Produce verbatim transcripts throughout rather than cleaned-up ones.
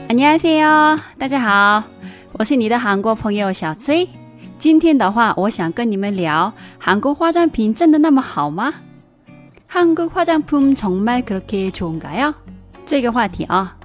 안녕하세요，大家好，我是你的韩国朋友小崔。今天的话，我想跟你们聊韩国化妆品真的那么好吗？한국 화장품 정말 그렇게 좋은가요？这个话题啊。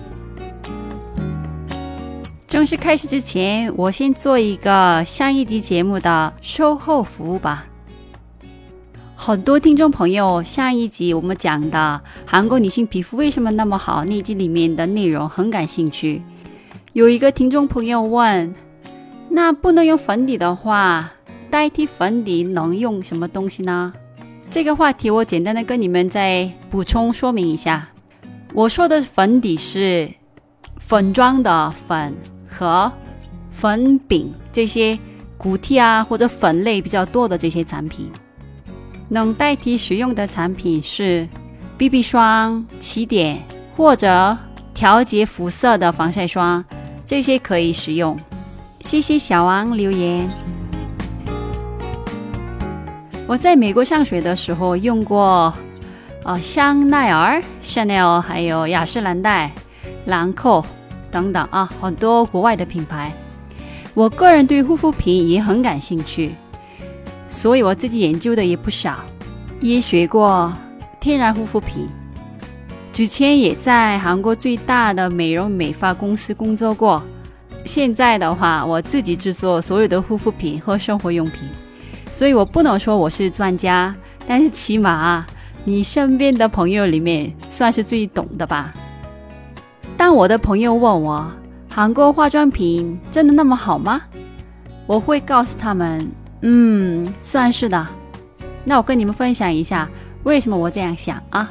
正式开始之前，我先做一个上一集节目的售后服务吧。很多听众朋友上一集我们讲的韩国女性皮肤为什么那么好那集里面的内容很感兴趣。有一个听众朋友问，那不能用粉底的话，代替粉底能用什么东西呢？这个话题我简单的跟你们再补充说明一下。我说的粉底是粉状的粉和粉饼，这些固体啊或者粉类比较多的这些产品。能代替使用的产品是 B B 霜、起点或者调节肤色的防晒霜，这些可以使用。谢谢小王留言。我在美国上学的时候用过呃，香奈儿、Chanel 还有雅诗兰黛、兰蔻等等啊，很多国外的品牌。我个人对护肤品也很感兴趣，所以我自己研究的也不少，也学过天然护肤品。之前也在韩国最大的美容美发公司工作过。现在的话，我自己制作所有的护肤品和生活用品，所以我不能说我是专家，但是起码你身边的朋友里面算是最懂的吧。当我的朋友问我，韩国化妆品真的那么好吗？我会告诉他们，嗯，算是的。那我跟你们分享一下为什么我这样想啊。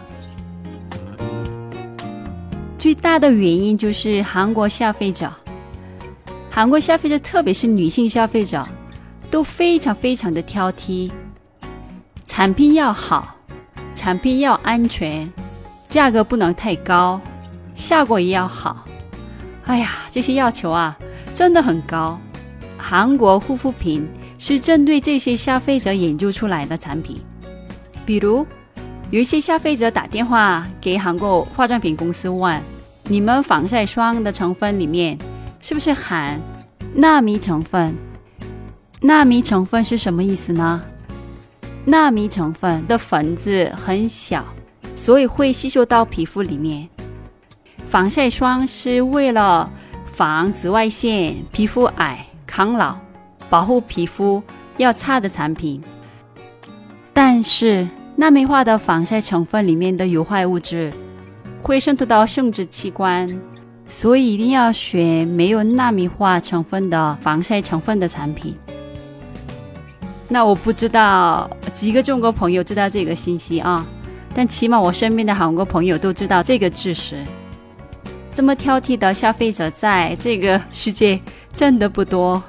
最大的原因就是韩国消费者，韩国消费者特别是女性消费者都非常非常的挑剔，产品要好，产品要安全，价格不能太高，效果也要好。哎呀，这些要求啊真的很高。韩国护肤品是针对这些消费者研究出来的产品。比如有一些消费者打电话给韩国化妆品公司问，你们防晒霜的成分里面是不是含纳米成分？纳米成分是什么意思呢？纳米成分的粉子很小，所以会吸收到皮肤里面。防晒霜是为了防紫外线、皮肤癌、抗老、保护皮肤要擦的产品。但是纳米化的防晒成分里面的有害物质会渗透到生殖器官，所以一定要选没有纳米化成分的防晒成分的产品。那我不知道几个中国朋友知道这个信息啊，但起码我身边的韩国朋友都知道这个知识。这么挑剔的消费者在这个世界真的不多。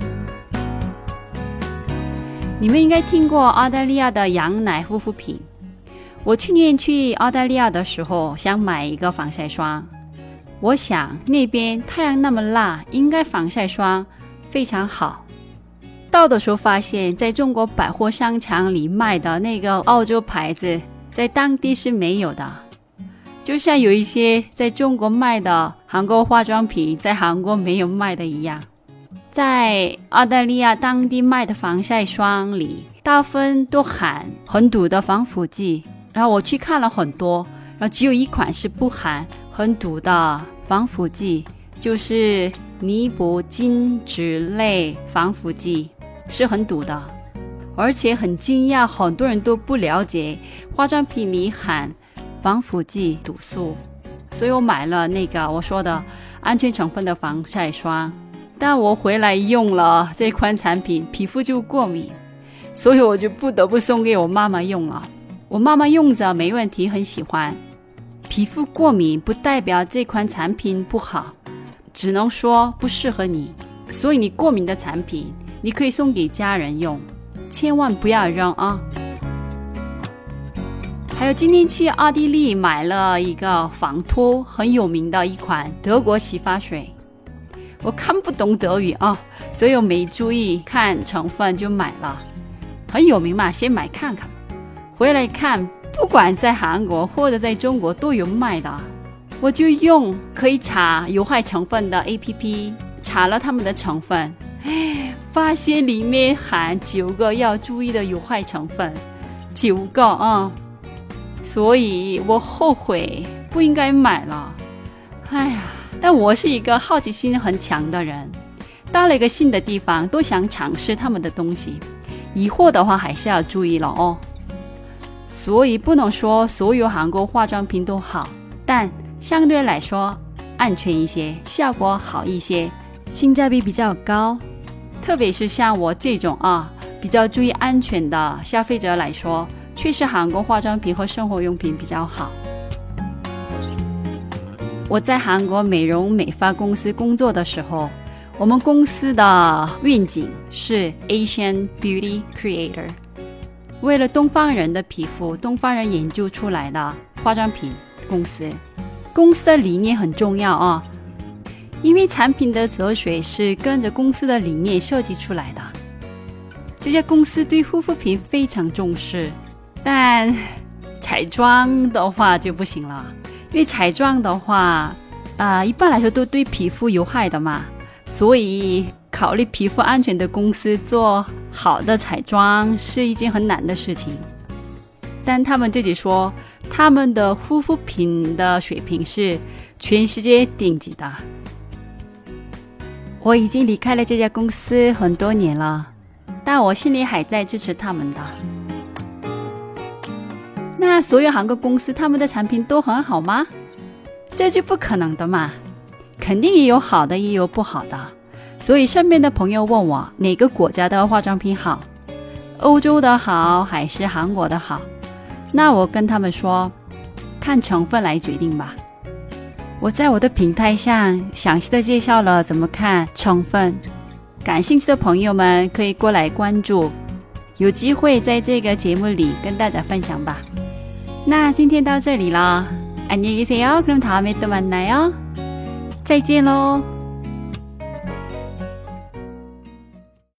你们应该听过澳大利亚的羊奶护肤品。我去年去澳大利亚的时候想买一个防晒霜，我想那边太阳那么辣，应该防晒霜非常好。到的时候发现在中国百货商场里卖的那个澳洲牌子在当地是没有的，就像有一些在中国卖的韩国化妆品在韩国没有卖的一样。在澳大利亚当地卖的防晒霜里大部分都含很毒的防腐剂，然后我去看了很多，然后只有一款是不含很毒的防腐剂，就是尼泊金酯类防腐剂，是很毒的。而且很惊讶，很多人都不了解化妆品里含防腐剂毒素，所以我买了那个我说的安全成分的防晒霜。但我回来用了这款产品，皮肤就过敏，所以我就不得不送给我妈妈用了。我妈妈用着没问题，很喜欢。皮肤过敏不代表这款产品不好，只能说不适合你。所以你过敏的产品你可以送给家人用，千万不要扔啊。还有今天去奥地利买了一个防脱很有名的一款德国洗发水，我看不懂德语啊，所以我没注意看成分就买了。很有名嘛，先买看看。回来看，不管在韩国或者在中国都有卖的。 我就用可以查有害成分的 A P P 查了它们的成分，发现里面含九个要注意的有害成分，九个啊、嗯！所以我后悔不应该买了。哎呀，但我是一个好奇心很强的人，到了一个新的地方都想尝试他们的东西，疑惑的话还是要注意了哦。所以不能说所有韩国化妆品都好，但相对来说安全一些，效果好一些，性价比比较高。特别是像我这种啊比较注意安全的消费者来说，确实韩国化妆品和生活用品比较好。我在韩国美容美发公司工作的时候，我们公司的愿景是 Asian Beauty Creator， 为了东方人的皮肤，东方人研究出来的化妆品公司。公司的理念很重要啊，因为产品的哲学是跟着公司的理念设计出来的。这家公司对护肤品非常重视，但彩妆的话就不行了，因为彩妆的话、呃、一般来说都对皮肤有害的嘛，所以考虑皮肤安全的公司做好的彩妆是一件很难的事情。但他们自己说他们的护肤品的水平是全世界顶级的。我已经离开了这家公司很多年了，但我心里还在支持他们的。那所有韩国公司他们的产品都很好吗？这就不可能的嘛，肯定也有好的也有不好的。所以身边的朋友问我哪个国家的化妆品好，欧洲的好还是韩国的好，那我跟他们说看成分来决定吧。我在我的平台上详细的介绍了怎么看成分，感兴趣的朋友们可以过来关注，有机会在这个节目里跟大家分享吧。那今天到这里了，안녕히 계세요。그럼 다음에 또 만나요。再见喽。